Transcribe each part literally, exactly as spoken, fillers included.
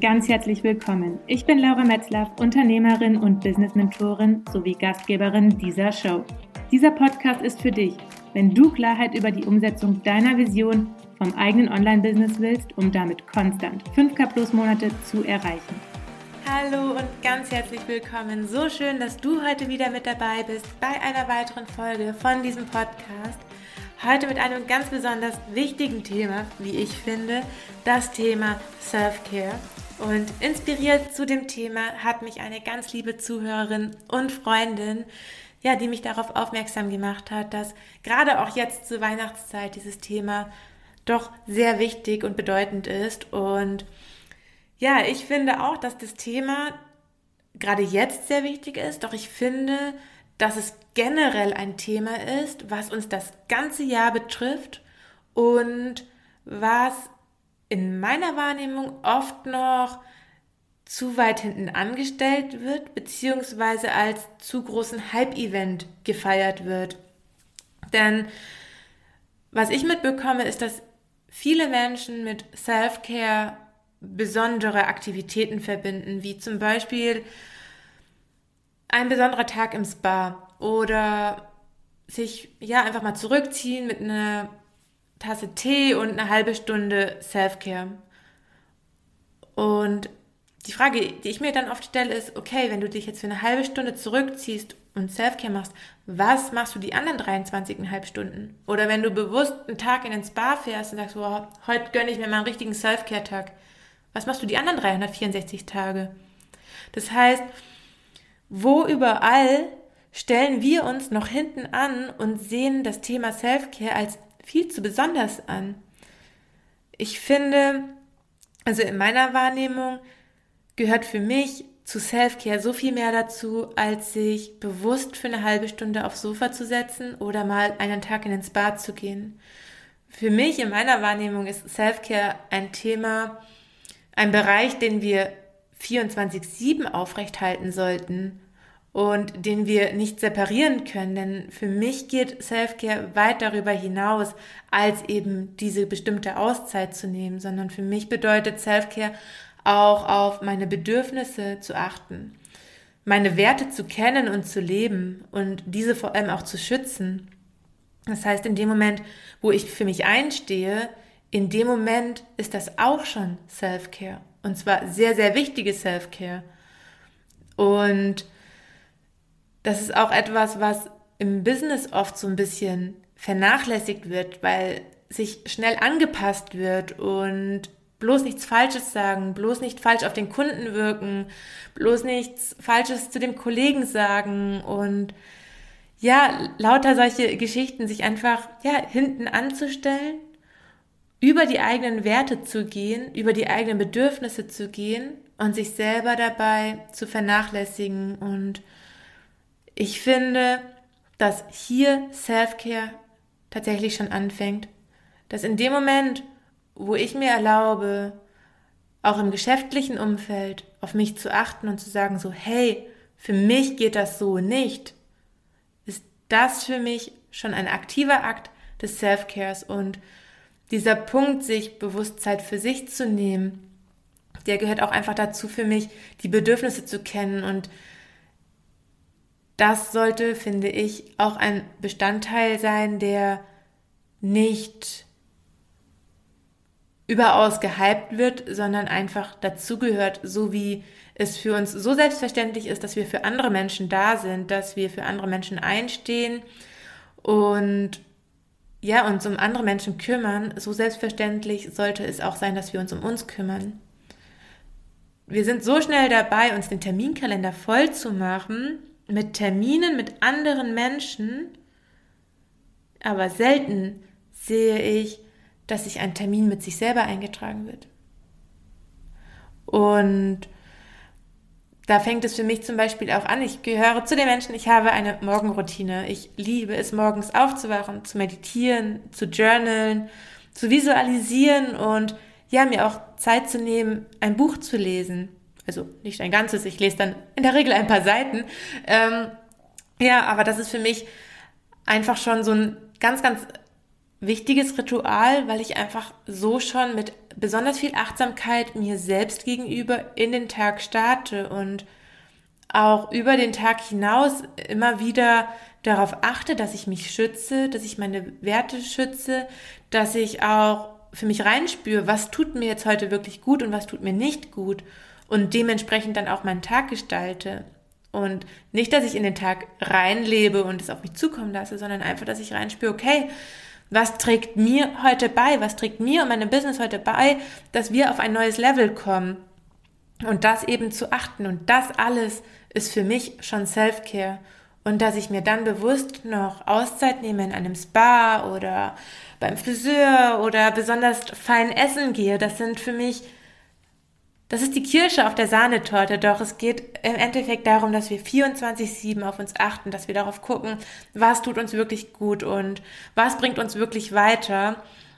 und ganz herzlich willkommen. Ich bin Laura Metzlaff, Unternehmerin und Business-Mentorin sowie Gastgeberin dieser Show. Dieser Podcast ist für dich, wenn du Klarheit über die Umsetzung deiner Vision vom eigenen Online-Business willst, um damit konstant fünf K plus Monate zu erreichen. Hallo und ganz herzlich willkommen. So schön, dass du heute wieder mit dabei bist bei einer weiteren Folge von diesem Podcast. Heute mit einem ganz besonders wichtigen Thema, wie ich finde, das Thema Self-Care. Und inspiriert zu dem Thema hat mich eine ganz liebe Zuhörerin und Freundin, ja, die mich darauf aufmerksam gemacht hat, dass gerade auch jetzt zur Weihnachtszeit dieses Thema doch sehr wichtig und bedeutend ist. Und ja, ich finde auch, dass das Thema gerade jetzt sehr wichtig ist, doch ich finde, dass es generell ein Thema ist, was uns das ganze Jahr betrifft und was in meiner Wahrnehmung oft noch zu weit hinten angestellt wird, beziehungsweise als zu großen Hype-Event gefeiert wird. Denn was ich mitbekomme, ist, dass viele Menschen mit Self-Care besondere Aktivitäten verbinden, wie zum Beispiel ein besonderer Tag im Spa oder sich ja einfach mal zurückziehen mit einer Tasse Tee und eine halbe Stunde Self-Care. Und die Frage, die ich mir dann oft stelle, ist, okay, wenn du dich jetzt für eine halbe Stunde zurückziehst und Self-Care machst, was machst du die anderen dreiundzwanzig Komma fünf Stunden? Oder wenn du bewusst einen Tag in den Spa fährst und sagst, wow, heute gönne ich mir mal einen richtigen Self-Care-Tag, was machst du die anderen dreihundertvierundsechzig Tage? Das heißt, wo überall stellen wir uns noch hinten an und sehen das Thema Self-Care als viel zu besonders an. Ich finde, also in meiner Wahrnehmung gehört für mich zu Self-Care so viel mehr dazu, als sich bewusst für eine halbe Stunde aufs Sofa zu setzen oder mal einen Tag in den Spa zu gehen. Für mich in meiner Wahrnehmung ist Self-Care ein Thema, ein Bereich, den wir vierundzwanzig sieben aufrechthalten sollten und den wir nicht separieren können, denn für mich geht Self-Care weit darüber hinaus, als eben diese bestimmte Auszeit zu nehmen, sondern für mich bedeutet Self-Care auch auf meine Bedürfnisse zu achten, meine Werte zu kennen und zu leben und diese vor allem auch zu schützen. Das heißt, in dem Moment, wo ich für mich einstehe, in dem Moment ist das auch schon Self-Care. Und zwar sehr, sehr wichtige Self-Care. Und das ist auch etwas, was im Business oft so ein bisschen vernachlässigt wird, weil sich schnell angepasst wird und bloß nichts Falsches sagen, bloß nicht falsch auf den Kunden wirken, bloß nichts Falsches zu dem Kollegen sagen und ja, lauter solche Geschichten, sich einfach ja hinten anzustellen, über die eigenen Werte zu gehen, über die eigenen Bedürfnisse zu gehen und sich selber dabei zu vernachlässigen. Und ich finde, dass hier Self-Care tatsächlich schon anfängt. Dass in dem Moment, wo ich mir erlaube, auch im geschäftlichen Umfeld auf mich zu achten und zu sagen so, hey, für mich geht das so nicht, ist das für mich schon ein aktiver Akt des Self-Cares. Und dieser Punkt, sich bewusst Zeit für sich zu nehmen, der gehört auch einfach dazu für mich, die Bedürfnisse zu kennen. Und das sollte, finde ich, auch ein Bestandteil sein, der nicht überaus gehypt wird, sondern einfach dazugehört, so wie es für uns so selbstverständlich ist, dass wir für andere Menschen da sind, dass wir für andere Menschen einstehen und ja, uns um andere Menschen kümmern, so selbstverständlich sollte es auch sein, dass wir uns um uns kümmern. Wir sind so schnell dabei, uns den Terminkalender voll zu machen, mit Terminen mit anderen Menschen, aber selten sehe ich, dass sich ein Termin mit sich selber eingetragen wird. Und da fängt es für mich zum Beispiel auch an. Ich gehöre zu den Menschen, ich habe eine Morgenroutine. Ich liebe es, morgens aufzuwachen, zu meditieren, zu journalen, zu visualisieren und ja, mir auch Zeit zu nehmen, ein Buch zu lesen. Also nicht ein ganzes, ich lese dann in der Regel ein paar Seiten. Ähm, ja, aber das ist für mich einfach schon so ein ganz, ganz wichtiges Ritual, weil ich einfach so schon mit besonders viel Achtsamkeit mir selbst gegenüber in den Tag starte und auch über den Tag hinaus immer wieder darauf achte, dass ich mich schütze, dass ich meine Werte schütze, dass ich auch für mich reinspüre, was tut mir jetzt heute wirklich gut und was tut mir nicht gut und dementsprechend dann auch meinen Tag gestalte. Und nicht, dass ich in den Tag reinlebe und es auf mich zukommen lasse, sondern einfach, dass ich reinspüre, okay, was trägt mir heute bei, was trägt mir und meinem Business heute bei, dass wir auf ein neues Level kommen und das eben zu achten. Und das alles ist für mich schon Self-Care. Und dass ich mir dann bewusst noch Auszeit nehme in einem Spa oder beim Friseur oder besonders fein essen gehe, das sind für mich, das ist die Kirsche auf der Sahnetorte, doch es geht im Endeffekt darum, dass wir vierundzwanzig sieben auf uns achten, dass wir darauf gucken, was tut uns wirklich gut und was bringt uns wirklich weiter.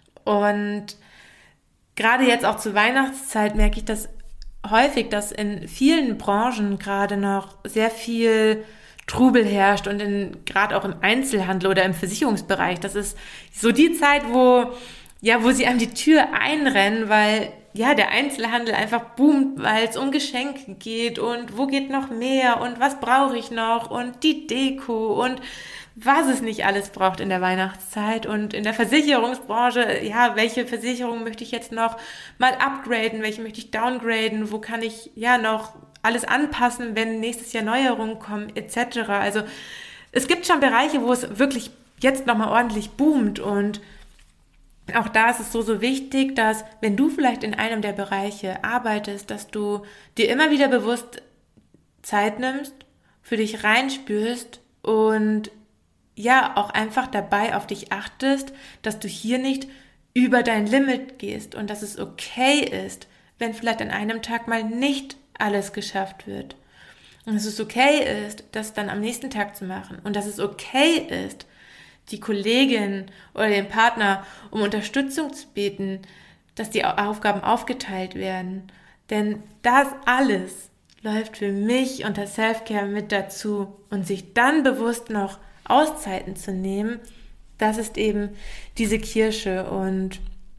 Und gerade jetzt auch zur Weihnachtszeit merke ich das häufig, dass in vielen Branchen gerade noch sehr viel Trubel herrscht und in, gerade auch im Einzelhandel oder im Versicherungsbereich. Das ist so die Zeit, wo, ja, wo sie einem die Tür einrennen, weil ja, der Einzelhandel einfach boomt, weil es um Geschenke geht und wo geht noch mehr und was brauche ich noch und die Deko und was es nicht alles braucht in der Weihnachtszeit und in der Versicherungsbranche, ja, welche Versicherung möchte ich jetzt noch mal upgraden, welche möchte ich downgraden, wo kann ich ja noch alles anpassen, wenn nächstes Jahr Neuerungen kommen, et cetera. Also es gibt schon Bereiche, wo es wirklich jetzt nochmal ordentlich boomt und auch da ist es so, so wichtig, dass wenn du vielleicht in einem der Bereiche arbeitest, dass du dir immer wieder bewusst Zeit nimmst, für dich reinspürst und ja, auch einfach dabei auf dich achtest, dass du hier nicht über dein Limit gehst und dass es okay ist, wenn vielleicht an einem Tag mal nicht alles geschafft wird. Und dass es okay ist, das dann am nächsten Tag zu machen und dass es okay ist, die Kollegin oder den Partner um Unterstützung zu beten, dass die Aufgaben aufgeteilt werden. Denn das alles läuft für mich unter Self-Care mit dazu. Und sich dann bewusst noch Auszeiten zu nehmen, das ist eben diese Kirsche. Und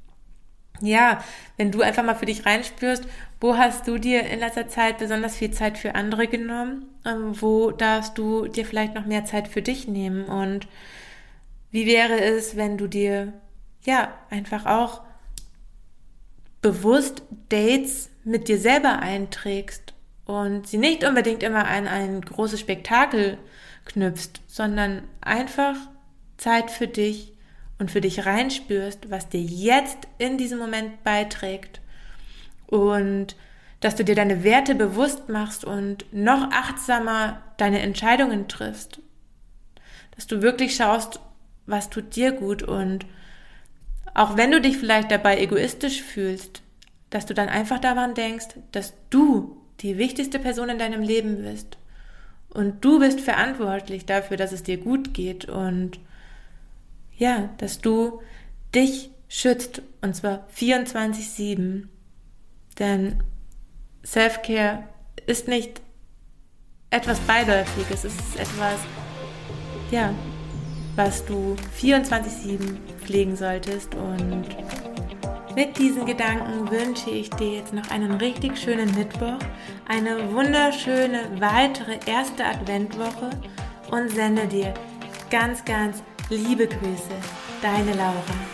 ja, wenn du einfach mal für dich reinspürst, wo hast du dir in letzter Zeit besonders viel Zeit für andere genommen? Wo darfst du dir vielleicht noch mehr Zeit für dich nehmen? Und wie wäre es, wenn du dir ja einfach auch bewusst Dates mit dir selber einträgst und sie nicht unbedingt immer an ein großes Spektakel knüpfst, sondern einfach Zeit für dich und für dich reinspürst, was dir jetzt in diesem Moment beiträgt und dass du dir deine Werte bewusst machst und noch achtsamer deine Entscheidungen triffst, dass du wirklich schaust, was tut dir gut und auch wenn du dich vielleicht dabei egoistisch fühlst, dass du dann einfach daran denkst, dass du die wichtigste Person in deinem Leben bist und du bist verantwortlich dafür, dass es dir gut geht und ja, dass du dich schützt und zwar vierundzwanzig sieben, denn Self-Care ist nicht etwas Beiläufiges, es ist etwas, ja, was du vierundzwanzig sieben pflegen solltest. Und mit diesen Gedanken wünsche ich dir jetzt noch einen richtig schönen Mittwoch, eine wunderschöne weitere erste Adventwoche und sende dir ganz, ganz liebe Grüße. Deine Laura.